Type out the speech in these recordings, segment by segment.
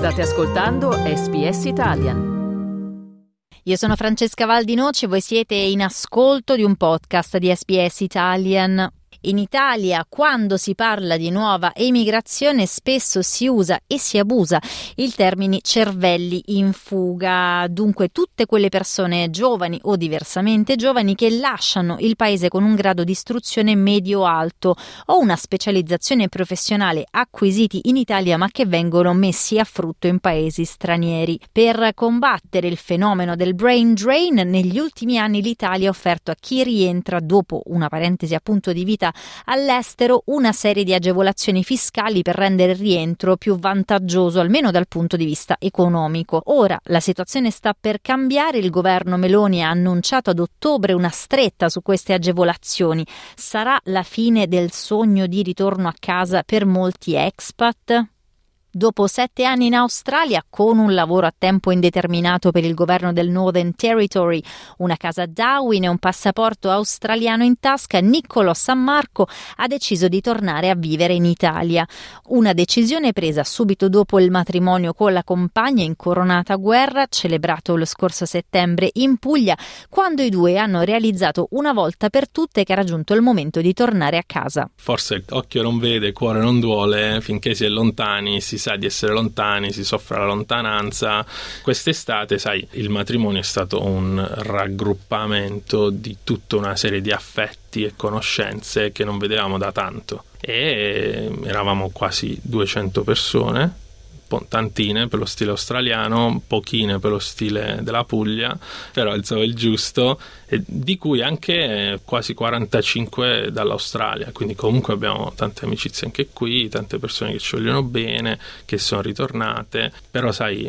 State ascoltando SBS Italian. Io sono Francesca Valdinoci e voi siete in ascolto di un podcast di SBS Italian. In Italia, quando si parla di nuova emigrazione, spesso si usa e si abusa il termine cervelli in fuga. Dunque, tutte quelle persone giovani o diversamente giovani che lasciano il paese con un grado di istruzione medio-alto o una specializzazione professionale acquisiti in Italia ma che vengono messi a frutto in paesi stranieri. Per combattere il fenomeno del brain drain, negli ultimi anni l'Italia ha offerto a chi rientra dopo una parentesi appunto di vita all'estero una serie di agevolazioni fiscali per rendere il rientro più vantaggioso, almeno dal punto di vista economico. Ora la situazione sta per cambiare, il governo Meloni ha annunciato ad ottobre una stretta su queste agevolazioni. Sarà la fine del sogno di ritorno a casa per molti expat? Dopo 7 anni in Australia, con un lavoro a tempo indeterminato per il governo del Northern Territory, una casa a Darwin e un passaporto australiano in tasca, Niccolò Sammarco ha deciso di tornare a vivere in Italia. Una decisione presa subito dopo il matrimonio con la compagna in coronata guerra, celebrato lo scorso settembre in Puglia, quando i due hanno realizzato una volta per tutte che era giunto il momento di tornare a casa. Forse occhio non vede, cuore non duole, finché si è lontani, si sa di essere lontani, si soffre la lontananza. Quest'estate, sai, il matrimonio è stato un raggruppamento di tutta una serie di affetti e conoscenze che non vedevamo da tanto, e eravamo quasi 200 persone, tantine per lo stile australiano, pochine per lo stile della Puglia, però il giusto, e di cui anche quasi 45 dall'Australia, quindi comunque abbiamo tante amicizie anche qui, tante persone che ci vogliono bene, che sono ritornate. Però sai,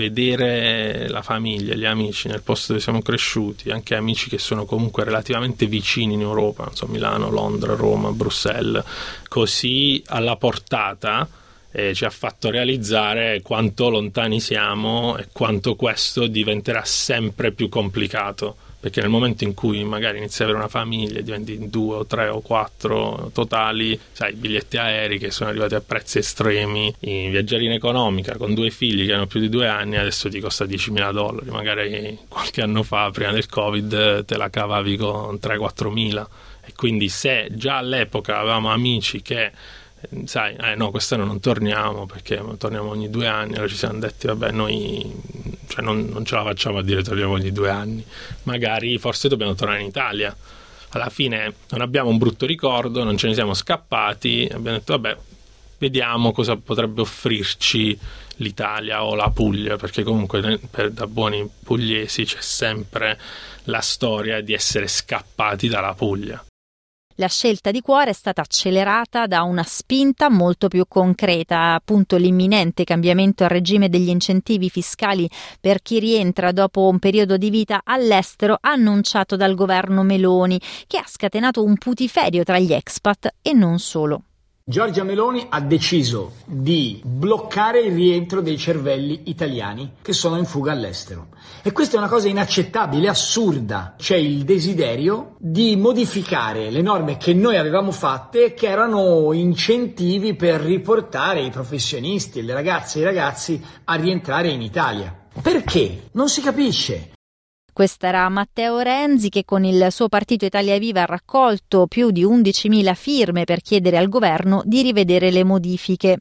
vedere la famiglia, gli amici nel posto dove siamo cresciuti, anche amici che sono comunque relativamente vicini in Europa, non so, Milano, Londra, Roma, Bruxelles, così alla portata, ci ha fatto realizzare quanto lontani siamo e quanto questo diventerà sempre più complicato, perché nel momento in cui magari inizi ad avere una famiglia, diventi in 2 o 3 o 4 totali, sai, biglietti aerei che sono arrivati a prezzi estremi, viaggiare in economica con 2 figli che hanno più di 2 anni adesso ti costa $10.000, magari qualche anno fa, prima del Covid, te la cavavi con 3-4.000, e quindi se già all'epoca avevamo amici che sai, no, quest'anno non torniamo perché torniamo ogni 2 anni, allora ci siamo detti vabbè, noi non ce la facciamo a dire torniamo ogni 2 anni, magari forse dobbiamo tornare in Italia. Alla fine non abbiamo un brutto ricordo, non ce ne siamo scappati, abbiamo detto vabbè, vediamo cosa potrebbe offrirci l'Italia o la Puglia, perché comunque da buoni pugliesi c'è sempre la storia di essere scappati dalla Puglia. La scelta di cuore è stata accelerata da una spinta molto più concreta, appunto l'imminente cambiamento al regime degli incentivi fiscali per chi rientra dopo un periodo di vita all'estero annunciato dal governo Meloni, che ha scatenato un putiferio tra gli expat e non solo. Giorgia Meloni ha deciso di bloccare il rientro dei cervelli italiani che sono in fuga all'estero. E questa è una cosa inaccettabile, assurda. C'è il desiderio di modificare le norme che noi avevamo fatte, che erano incentivi per riportare i professionisti, le ragazze e i ragazzi a rientrare in Italia. Perché? Non si capisce. Questo era Matteo Renzi, che con il suo partito Italia Viva ha raccolto più di 11.000 firme per chiedere al governo di rivedere le modifiche.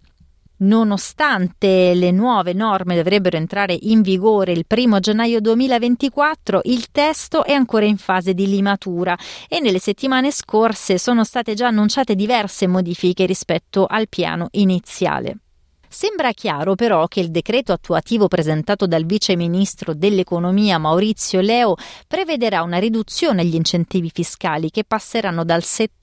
Nonostante le nuove norme dovrebbero entrare in vigore il 1 gennaio 2024, il testo è ancora in fase di limatura e nelle settimane scorse sono state già annunciate diverse modifiche rispetto al piano iniziale. Sembra chiaro però che il decreto attuativo presentato dal vice ministro dell'economia Maurizio Leo prevederà una riduzione agli incentivi fiscali che passeranno dal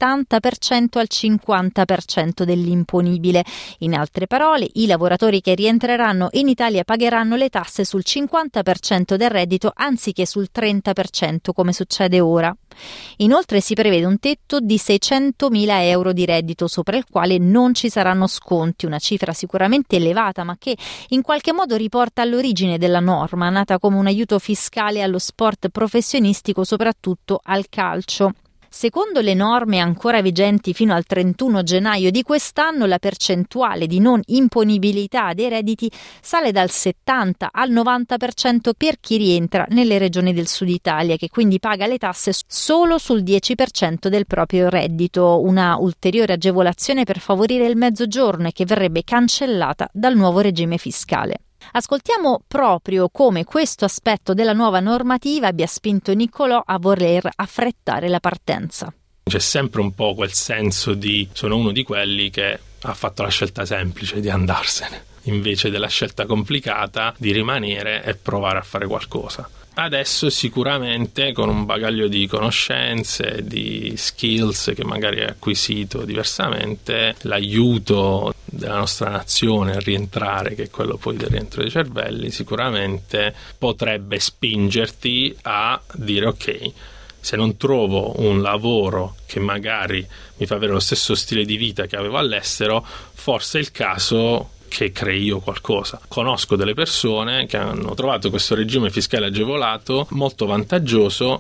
70% al 50% dell'imponibile. In altre parole, i lavoratori che rientreranno in Italia pagheranno le tasse sul 50% del reddito anziché sul 30% come succede ora. Inoltre si prevede un tetto di 600.000 euro di reddito sopra il quale non ci saranno sconti, una cifra sicuramente elevata ma che in qualche modo riporta all'origine della norma, nata come un aiuto fiscale allo sport professionistico, soprattutto al calcio. Secondo le norme ancora vigenti fino al 31 gennaio di quest'anno, la percentuale di non imponibilità dei redditi sale dal 70 al 90% per chi rientra nelle regioni del Sud Italia, che quindi paga le tasse solo sul 10% del proprio reddito, una ulteriore agevolazione per favorire il Mezzogiorno e che verrebbe cancellata dal nuovo regime fiscale. Ascoltiamo proprio come questo aspetto della nuova normativa abbia spinto Niccolò a voler affrettare la partenza. C'è sempre un po' quel senso di sono uno di quelli che ha fatto la scelta semplice di andarsene, invece della scelta complicata di rimanere e provare a fare qualcosa. Adesso sicuramente con un bagaglio di conoscenze, di skills che magari hai acquisito diversamente, l'aiuto della nostra nazione a rientrare, che è quello poi del rientro dei cervelli, sicuramente potrebbe spingerti a dire ok, se non trovo un lavoro che magari mi fa avere lo stesso stile di vita che avevo all'estero, forse è il caso che crei io qualcosa. Conosco delle persone che hanno trovato questo regime fiscale agevolato molto vantaggioso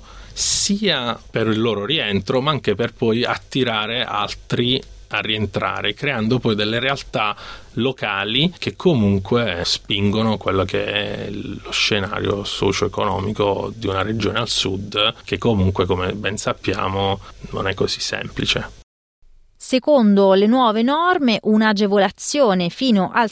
sia per il loro rientro ma anche per poi attirare altri a rientrare, creando poi delle realtà locali che comunque spingono quello che è lo scenario socio-economico di una regione al sud che comunque, come ben sappiamo, non è così semplice. Secondo le nuove norme, un'agevolazione fino al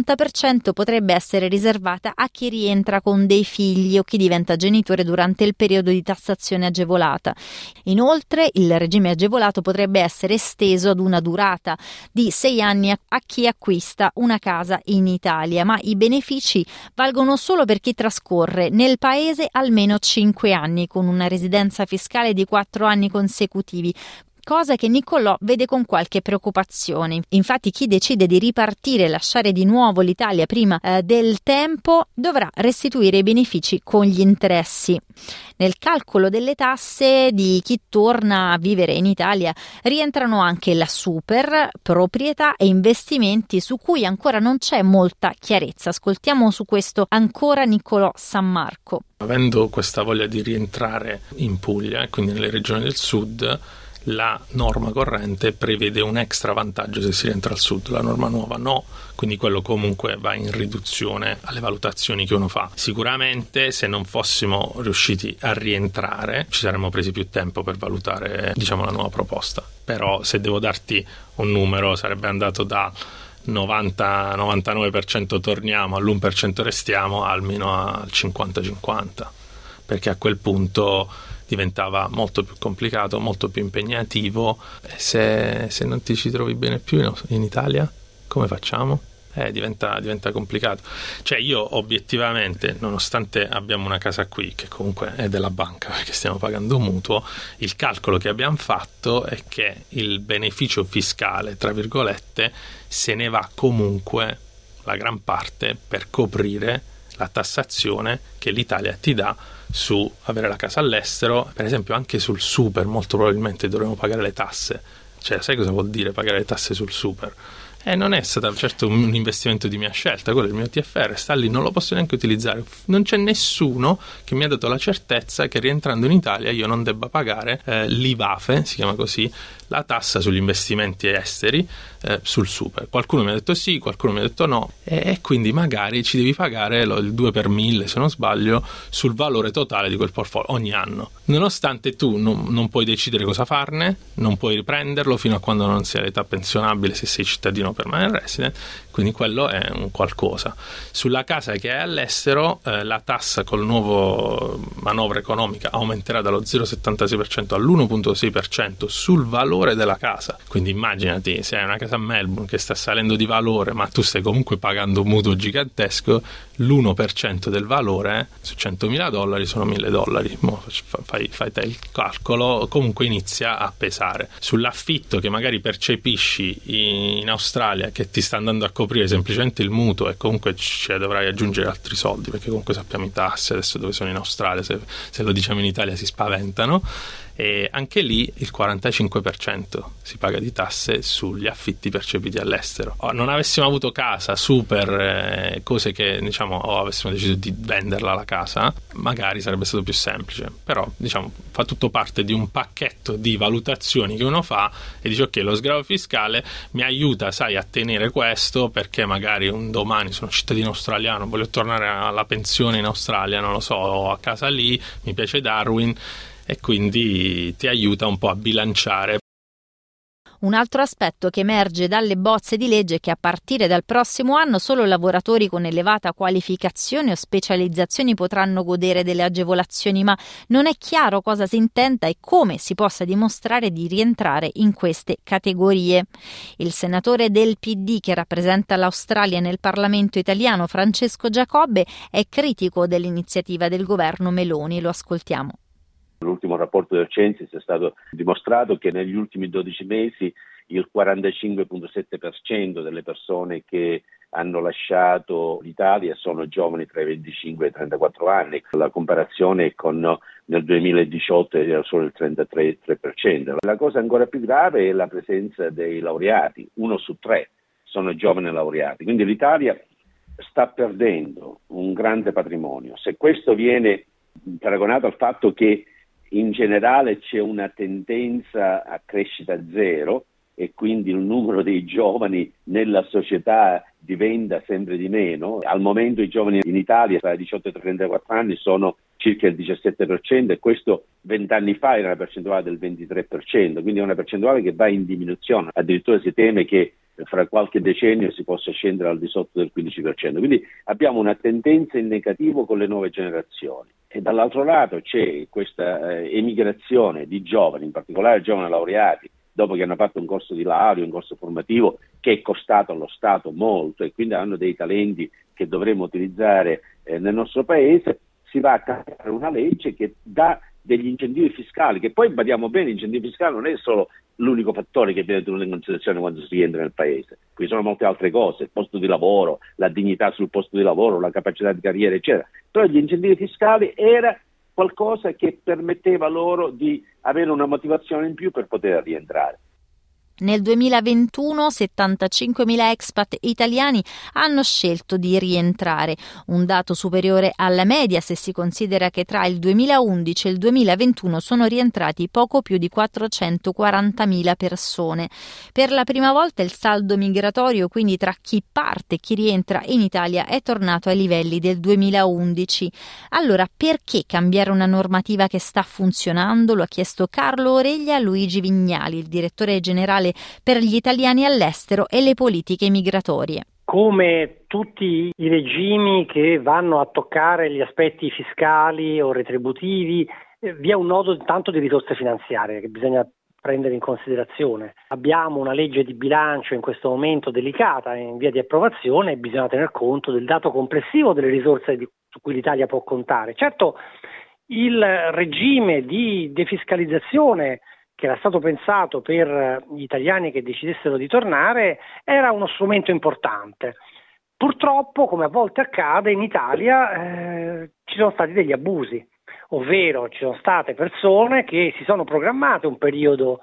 70% potrebbe essere riservata a chi rientra con dei figli o chi diventa genitore durante il periodo di tassazione agevolata. Inoltre, il regime agevolato potrebbe essere esteso ad una durata di 6 anni a chi acquista una casa in Italia, ma i benefici valgono solo per chi trascorre nel paese almeno 5 anni, con una residenza fiscale di 4 anni consecutivi, cosa che Niccolò vede con qualche preoccupazione. Infatti chi decide di ripartire e lasciare di nuovo l'Italia prima del tempo dovrà restituire i benefici con gli interessi. Nel calcolo delle tasse di chi torna a vivere in Italia rientrano anche la super, proprietà e investimenti su cui ancora non c'è molta chiarezza. Ascoltiamo su questo ancora Niccolò Sammarco. Avendo questa voglia di rientrare in Puglia, quindi nelle regioni del sud, la norma corrente prevede un extra vantaggio se si rientra al sud, la norma nuova no, quindi quello comunque va in riduzione alle valutazioni che uno fa. Sicuramente se non fossimo riusciti a rientrare ci saremmo presi più tempo per valutare, la nuova proposta, però se devo darti un numero sarebbe andato da 90-99% torniamo, all'1% restiamo, almeno al 50-50, perché a quel punto diventava molto più complicato, molto più impegnativo. Se non ti ci trovi bene più in Italia, come facciamo? Diventa complicato. Io obiettivamente, nonostante abbiamo una casa qui che comunque è della banca perché stiamo pagando un mutuo, il calcolo che abbiamo fatto è che il beneficio fiscale, tra virgolette, se ne va comunque la gran parte per coprire la tassazione che l'Italia ti dà su avere la casa all'estero. Per esempio anche sul super molto probabilmente dovremo pagare le tasse. Sai cosa vuol dire pagare le tasse sul super? Non è stato certo un investimento di mia scelta, quello è il mio TFR, sta lì, non lo posso neanche utilizzare. Non c'è nessuno che mi ha dato la certezza che rientrando in Italia io non debba pagare l'IVAFE, si chiama così, la tassa sugli investimenti esteri sul super. Qualcuno mi ha detto sì, qualcuno mi ha detto no, e quindi magari ci devi pagare il 2 per 1000, se non sbaglio, sul valore totale di quel portfolio ogni anno. Nonostante tu non puoi decidere cosa farne, non puoi riprenderlo fino a quando non sei all'età pensionabile se sei cittadino permanent resident, quindi quello è un qualcosa. Sulla casa che hai all'estero la tassa col nuovo manovra economica aumenterà dallo 0,76% all'1,6% sul valore della casa. Quindi immaginati, se hai una casa a Melbourne che sta salendo di valore ma tu stai comunque pagando un mutuo gigantesco, l'1% del valore su $100.000 sono $1.000. Fai te il calcolo, comunque inizia a pesare. Sull'affitto che magari percepisci in Australia, che ti sta andando a coprire semplicemente il mutuo e comunque ci dovrai aggiungere altri soldi, perché comunque sappiamo i tassi adesso dove sono in Australia, se lo diciamo in Italia si spaventano. e anche lì il 45% si paga di tasse sugli affitti percepiti all'estero. Non avessimo avuto casa super, cose che diciamo, o avessimo deciso di venderla la casa, magari sarebbe stato più semplice, però diciamo fa tutto parte di un pacchetto di valutazioni che uno fa e dice ok, lo sgravio fiscale mi aiuta, sai, a tenere questo perché magari un domani sono cittadino australiano, voglio tornare alla pensione in Australia, non lo so, ho a casa lì, mi piace Darwin, e quindi ti aiuta un po' a bilanciare. Un altro aspetto che emerge dalle bozze di legge è che a partire dal prossimo anno solo lavoratori con elevata qualificazione o specializzazioni potranno godere delle agevolazioni, ma non è chiaro cosa si intenda e come si possa dimostrare di rientrare in queste categorie. Il senatore del PD che rappresenta l'Australia nel Parlamento italiano, Francesco Giacobbe, è critico dell'iniziativa del governo Meloni. Lo ascoltiamo. L'ultimo rapporto del Censis è stato dimostrato che negli ultimi 12 mesi il 45,7% delle persone che hanno lasciato l'Italia sono giovani tra i 25 e i 34 anni. La comparazione con nel 2018 era solo il 33%. La cosa ancora più grave è la presenza dei laureati, 1 su 3 sono giovani laureati. Quindi l'Italia sta perdendo un grande patrimonio. Se questo viene paragonato al fatto che in generale c'è una tendenza a crescita zero e quindi il numero dei giovani nella società diventa sempre di meno. Al momento i giovani in Italia tra i 18 e i 34 anni sono circa il 17% e questo 20 anni fa era una percentuale del 23%, quindi è una percentuale che va in diminuzione. Addirittura si teme che fra qualche decennio si possa scendere al di sotto del 15%. Quindi abbiamo una tendenza in negativo con le nuove generazioni. E dall'altro lato c'è questa emigrazione di giovani, in particolare giovani laureati, dopo che hanno fatto un corso di laurea, un corso formativo che è costato allo Stato molto e quindi hanno dei talenti che dovremmo utilizzare nel nostro paese. Si va a cambiare una legge che dà degli incentivi fiscali, che poi badiamo bene, l'incentivo fiscale non è solo l'unico fattore che viene tenuto in considerazione quando si rientra nel paese, qui sono molte altre cose, il posto di lavoro, la dignità sul posto di lavoro, la capacità di carriera eccetera, però gli incentivi fiscali era qualcosa che permetteva loro di avere una motivazione in più per poter rientrare. Nel 2021 75.000 expat italiani hanno scelto di rientrare, un dato superiore alla media se si considera che tra il 2011 e il 2021 sono rientrati poco più di 440.000 persone. Per la prima volta il saldo migratorio, quindi tra chi parte e chi rientra in Italia, è tornato ai livelli del 2011. Allora, perché cambiare una normativa che sta funzionando? Lo ha chiesto Carlo Oreglia a Luigi Vignali, il direttore generale per gli italiani all'estero e le politiche migratorie. Come tutti i regimi che vanno a toccare gli aspetti fiscali o retributivi, vi è un nodo intanto di risorse finanziarie che bisogna prendere in considerazione. Abbiamo una legge di bilancio in questo momento delicata, in via di approvazione, e bisogna tener conto del dato complessivo delle risorse su cui l'Italia può contare. Certo, il regime di defiscalizzazione che era stato pensato per gli italiani che decidessero di tornare era uno strumento importante. Purtroppo, come a volte accade, in Italia ci sono stati degli abusi, ovvero ci sono state persone che si sono programmate un periodo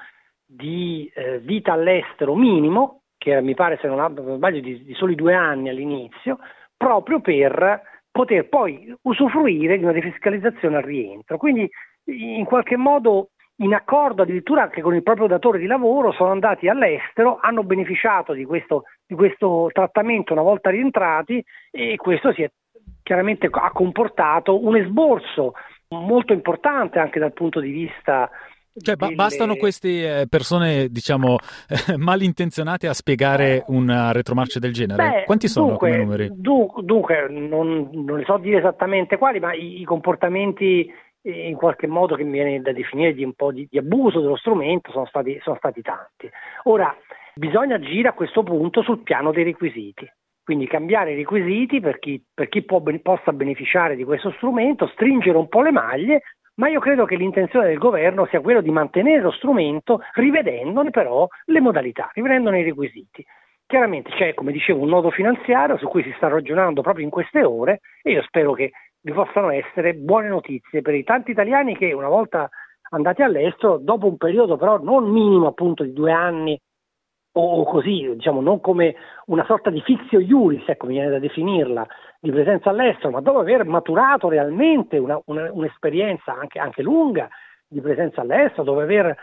di vita all'estero minimo, che mi pare, se non sbaglio, di soli 2 anni all'inizio, proprio per poter poi usufruire di una defiscalizzazione al rientro. Quindi in qualche modo, in accordo addirittura anche con il proprio datore di lavoro, sono andati all'estero, hanno beneficiato di questo trattamento una volta rientrati, e questo chiaramente ha comportato un esborso molto importante anche dal punto di vista. Cioè, bastano queste persone, diciamo, malintenzionate a spiegare una retromarcia del genere? Quanti sono come numeri? Dunque, non ne so dire esattamente quali, ma i comportamenti in qualche modo che mi viene da definire di un po' di abuso dello strumento sono stati tanti. Ora, bisogna agire a questo punto sul piano dei requisiti, quindi cambiare i requisiti per chi possa beneficiare di questo strumento, stringere un po' le maglie, ma io credo che l'intenzione del governo sia quello di mantenere lo strumento, rivedendone però le modalità, rivedendone i requisiti. Chiaramente c'è, come dicevo, un nodo finanziario su cui si sta ragionando proprio in queste ore, e io spero che vi possano essere buone notizie per i tanti italiani che una volta andati all'estero, dopo un periodo però non minimo appunto di 2 anni o così, diciamo, non come una sorta di fictio iuris, ecco, mi viene da definirla, di presenza all'estero, ma dopo aver maturato realmente un'esperienza anche lunga di presenza all'estero, dopo aver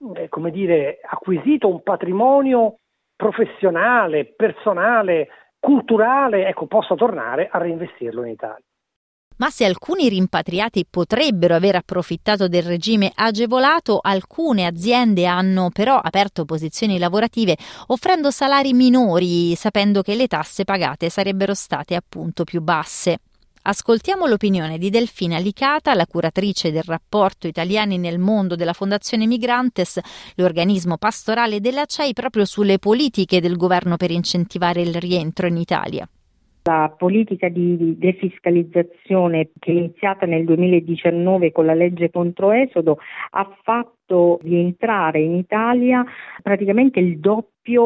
acquisito un patrimonio professionale, personale, culturale, ecco, possa tornare a reinvestirlo in Italia. Ma se alcuni rimpatriati potrebbero aver approfittato del regime agevolato, alcune aziende hanno però aperto posizioni lavorative offrendo salari minori, sapendo che le tasse pagate sarebbero state appunto più basse. Ascoltiamo l'opinione di Delfina Licata, la curatrice del rapporto Italiani nel mondo della Fondazione Migrantes, l'organismo pastorale della CEI, proprio sulle politiche del governo per incentivare il rientro in Italia. La politica di defiscalizzazione che è iniziata nel 2019 con la legge contro esodo ha fatto rientrare in Italia praticamente il doppio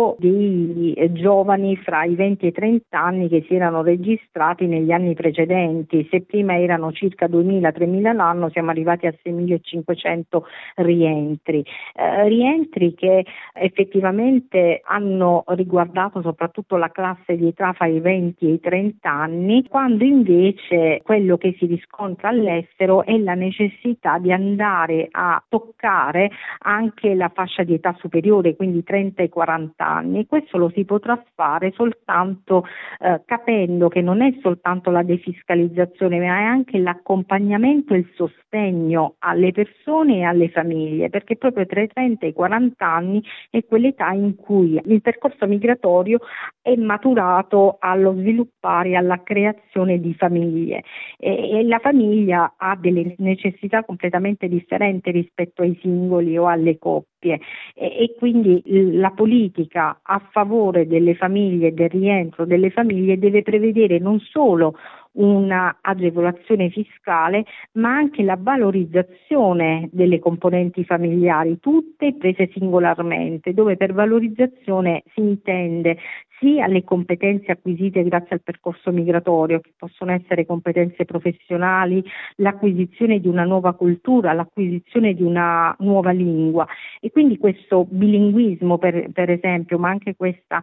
dei giovani fra i 20 e i 30 anni che si erano registrati negli anni precedenti. Se prima erano circa 2.000-3.000 l'anno, siamo arrivati a 6.500 rientri. Rientri che effettivamente hanno riguardato soprattutto la classe di età fra i 20 e i 30 anni, quando invece quello che si riscontra all'estero è la necessità di andare a toccare anche la fascia di età superiore, quindi 30 e 40 anni. Questo lo si potrà fare soltanto capendo che non è soltanto la defiscalizzazione, ma è anche l'accompagnamento e il sostegno alle persone e alle famiglie, perché proprio tra i 30 e i 40 anni è quell'età in cui il percorso migratorio è maturato allo sviluppare, alla creazione di famiglie e la famiglia ha delle necessità completamente differenti rispetto ai singoli o alle coppie e quindi la politica a favore delle famiglie, del rientro delle famiglie, deve prevedere non solo una agevolazione fiscale, ma anche la valorizzazione delle componenti familiari, tutte prese singolarmente, dove per valorizzazione si intende sia le competenze acquisite grazie al percorso migratorio, che possono essere competenze professionali, l'acquisizione di una nuova cultura, l'acquisizione di una nuova lingua, e quindi questo bilinguismo per esempio, ma anche questa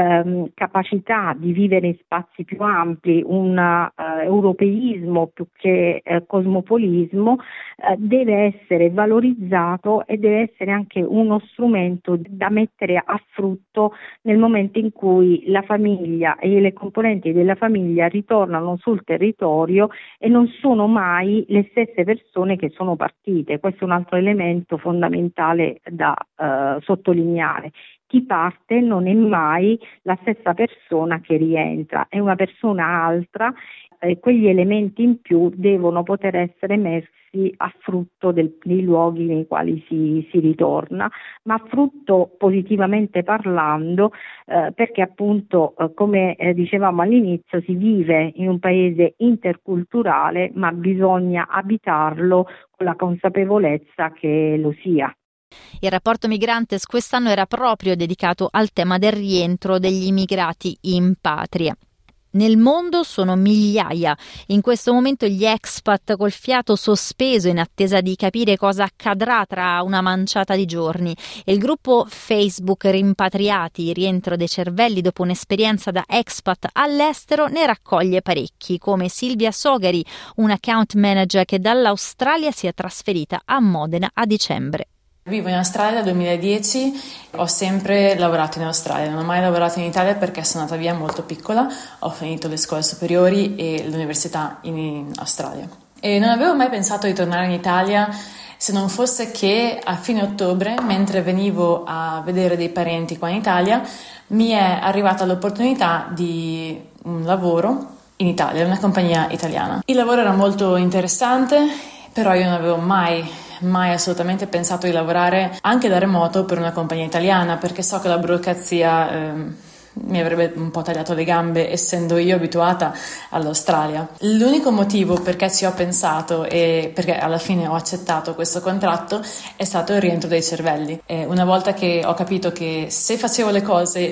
capacità di vivere in spazi più ampli, un europeismo più che cosmopolismo, deve essere valorizzato e deve essere anche uno strumento da mettere a frutto nel momento in cui la famiglia e le componenti della famiglia ritornano sul territorio e non sono mai le stesse persone che sono partite. Questo è un altro elemento fondamentale da sottolineare. Chi parte non è mai la stessa persona che rientra, è una persona altra e quegli elementi in più devono poter essere messi a frutto dei luoghi nei quali si ritorna, ma a frutto positivamente parlando, perché appunto come dicevamo all'inizio si vive in un paese interculturale, ma bisogna abitarlo con la consapevolezza che lo sia. Il rapporto Migrantes quest'anno era proprio dedicato al tema del rientro degli immigrati in patria. Nel mondo sono migliaia. In questo momento gli expat col fiato sospeso in attesa di capire cosa accadrà tra una manciata di giorni. E il gruppo Facebook Rimpatriati, rientro dei cervelli dopo un'esperienza da expat all'estero, ne raccoglie parecchi, come Silvia Sogari, un account manager che dall'Australia si è trasferita a Modena a dicembre. Vivo in Australia dal 2010, ho sempre lavorato in Australia, non ho mai lavorato in Italia perché sono andata via molto piccola, ho finito le scuole superiori e l'università in Australia. E non avevo mai pensato di tornare in Italia se non fosse che a fine ottobre, mentre venivo a vedere dei parenti qua in Italia, mi è arrivata l'opportunità di un lavoro in Italia, in una compagnia italiana. Il lavoro era molto interessante, però io non avevo mai assolutamente pensato di lavorare anche da remoto per una compagnia italiana, perché so che la burocrazia mi avrebbe un po' tagliato le gambe, essendo io abituata all'Australia. L'unico motivo perché ci ho pensato e perché alla fine ho accettato questo contratto è stato il rientro dei cervelli. Una volta che ho capito che se facevo le cose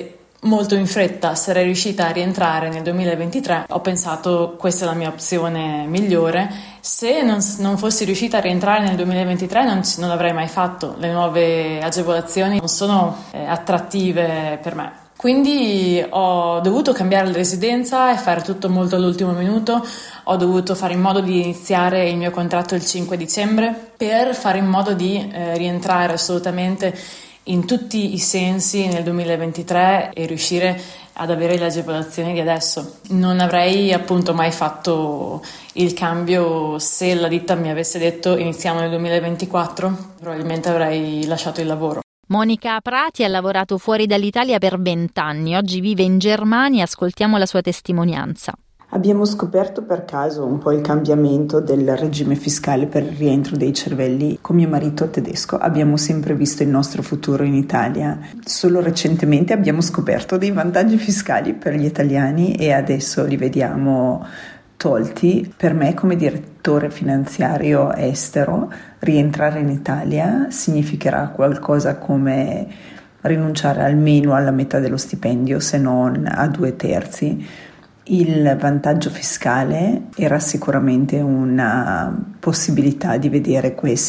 molto in fretta sarei riuscita a rientrare nel 2023, ho pensato questa è la mia opzione migliore. Se non fossi riuscita a rientrare nel 2023 non l'avrei mai fatto, le nuove agevolazioni non sono attrattive per me. Quindi ho dovuto cambiare la residenza e fare tutto molto all'ultimo minuto, ho dovuto fare in modo di iniziare il mio contratto il 5 dicembre per fare in modo di rientrare assolutamente in tutti i sensi nel 2023 e riuscire ad avere le agevolazioni di adesso. Non avrei appunto mai fatto il cambio se la ditta mi avesse detto iniziamo nel 2024, probabilmente avrei lasciato il lavoro. Monica Prati ha lavorato fuori dall'Italia per 20 anni, oggi vive in Germania, ascoltiamo la sua testimonianza. Abbiamo scoperto per caso un po' il cambiamento del regime fiscale per il rientro dei cervelli. Con mio marito tedesco abbiamo sempre visto il nostro futuro in Italia. Solo recentemente abbiamo scoperto dei vantaggi fiscali per gli italiani e adesso li vediamo tolti. Per me come direttore finanziario estero rientrare in Italia significherà qualcosa come rinunciare almeno alla metà dello stipendio, se non a 2/3. Il vantaggio fiscale era sicuramente una possibilità di vedere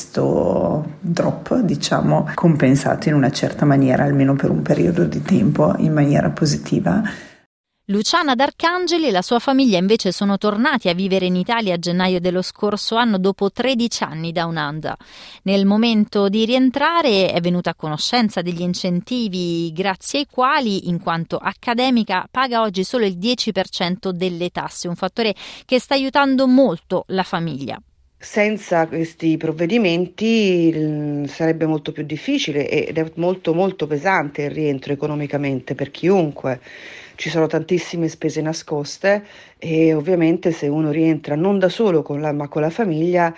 questo drop, diciamo, compensato in una certa maniera, almeno per un periodo di tempo, in maniera positiva. Luciana D'Arcangeli e la sua famiglia invece sono tornati a vivere in Italia a gennaio dello scorso anno dopo 13 anni da Un'Anda. Nel momento di rientrare è venuta a conoscenza degli incentivi grazie ai quali, in quanto accademica, paga oggi solo il 10% delle tasse, un fattore che sta aiutando molto la famiglia. Senza questi provvedimenti sarebbe molto più difficile ed è molto molto pesante il rientro economicamente per chiunque. Ci sono tantissime spese nascoste e ovviamente se uno rientra non da solo ma con la famiglia,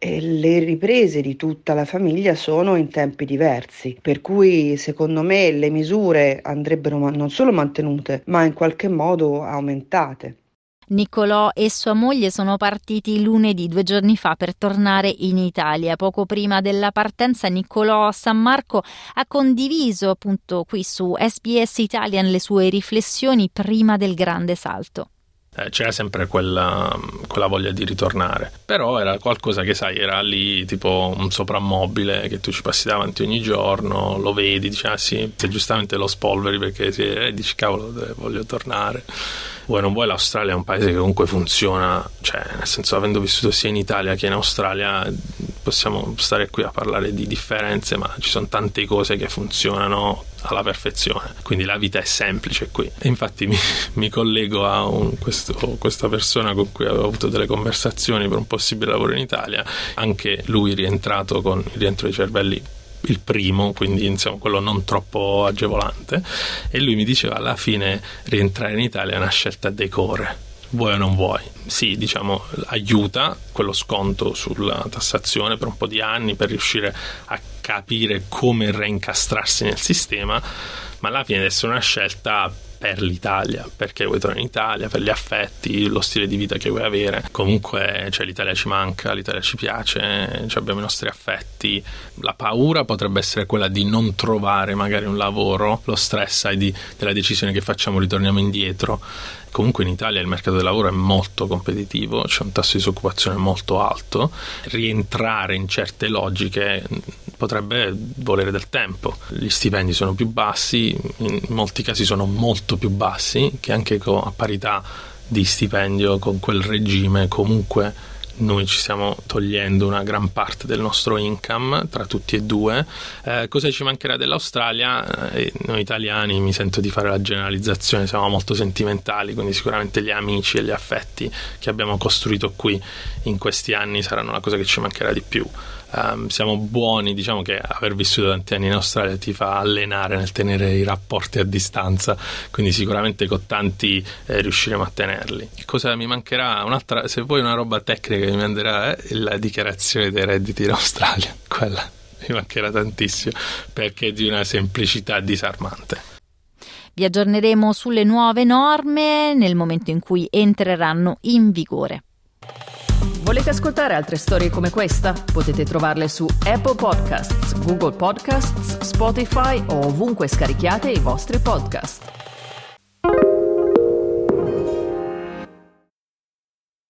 le riprese di tutta la famiglia sono in tempi diversi, per cui secondo me le misure andrebbero non solo mantenute ma in qualche modo aumentate. Niccolò e sua moglie sono partiti lunedì, 2 giorni fa, per tornare in Italia. Poco prima della partenza Niccolò Sammarco ha condiviso appunto qui su SBS Italian le sue riflessioni prima del grande salto. C'era sempre quella voglia di ritornare, però era qualcosa che sai, era lì tipo un soprammobile che tu ci passi davanti ogni giorno, lo vedi, dici sì, se giustamente lo spolveri perché dici cavolo voglio tornare. Vuoi non vuoi, l'Australia è un paese che comunque funziona, cioè nel senso, avendo vissuto sia in Italia che in Australia possiamo stare qui a parlare di differenze, ma ci sono tante cose che funzionano alla perfezione, quindi la vita è semplice qui. E infatti mi collego a questa persona con cui avevo avuto delle conversazioni per un possibile lavoro in Italia, anche lui rientrato con il rientro dei cervelli il primo, quindi insomma quello non troppo agevolante, e lui mi diceva alla fine rientrare in Italia è una scelta decore, vuoi o non vuoi. Sì, diciamo aiuta quello sconto sulla tassazione per un po' di anni per riuscire a capire come reincastrarsi nel sistema, ma alla fine deve essere una scelta per l'Italia, perché vuoi tornare in Italia, per gli affetti, lo stile di vita che vuoi avere. Comunque l'Italia ci manca, l'Italia ci piace, abbiamo i nostri affetti. La paura potrebbe essere quella di non trovare magari un lavoro, lo stress della decisione che facciamo, ritorniamo indietro. Comunque in Italia il mercato del lavoro è molto competitivo, c'è un tasso di disoccupazione molto alto, rientrare in certe logiche potrebbe volere del tempo. Gli stipendi sono più bassi, in molti casi sono molto più bassi, che anche a parità di stipendio con quel regime comunque noi ci stiamo togliendo una gran parte del nostro income tra tutti e due. Cosa ci mancherà dell'Australia? Noi italiani, mi sento di fare la generalizzazione, siamo molto sentimentali, quindi sicuramente gli amici e gli affetti che abbiamo costruito qui in questi anni saranno la cosa che ci mancherà di più. Siamo buoni, diciamo che aver vissuto tanti anni in Australia ti fa allenare nel tenere i rapporti a distanza, quindi sicuramente con tanti riusciremo a tenerli. Cosa mi mancherà? Un'altra, se vuoi una roba tecnica che mi manderà, è la dichiarazione dei redditi in Australia, quella mi mancherà tantissimo perché è di una semplicità disarmante. Vi aggiorneremo sulle nuove norme nel momento in cui entreranno in vigore. Volete ascoltare altre storie come questa? Potete trovarle su Apple Podcasts, Google Podcasts, Spotify o ovunque scarichiate i vostri podcast.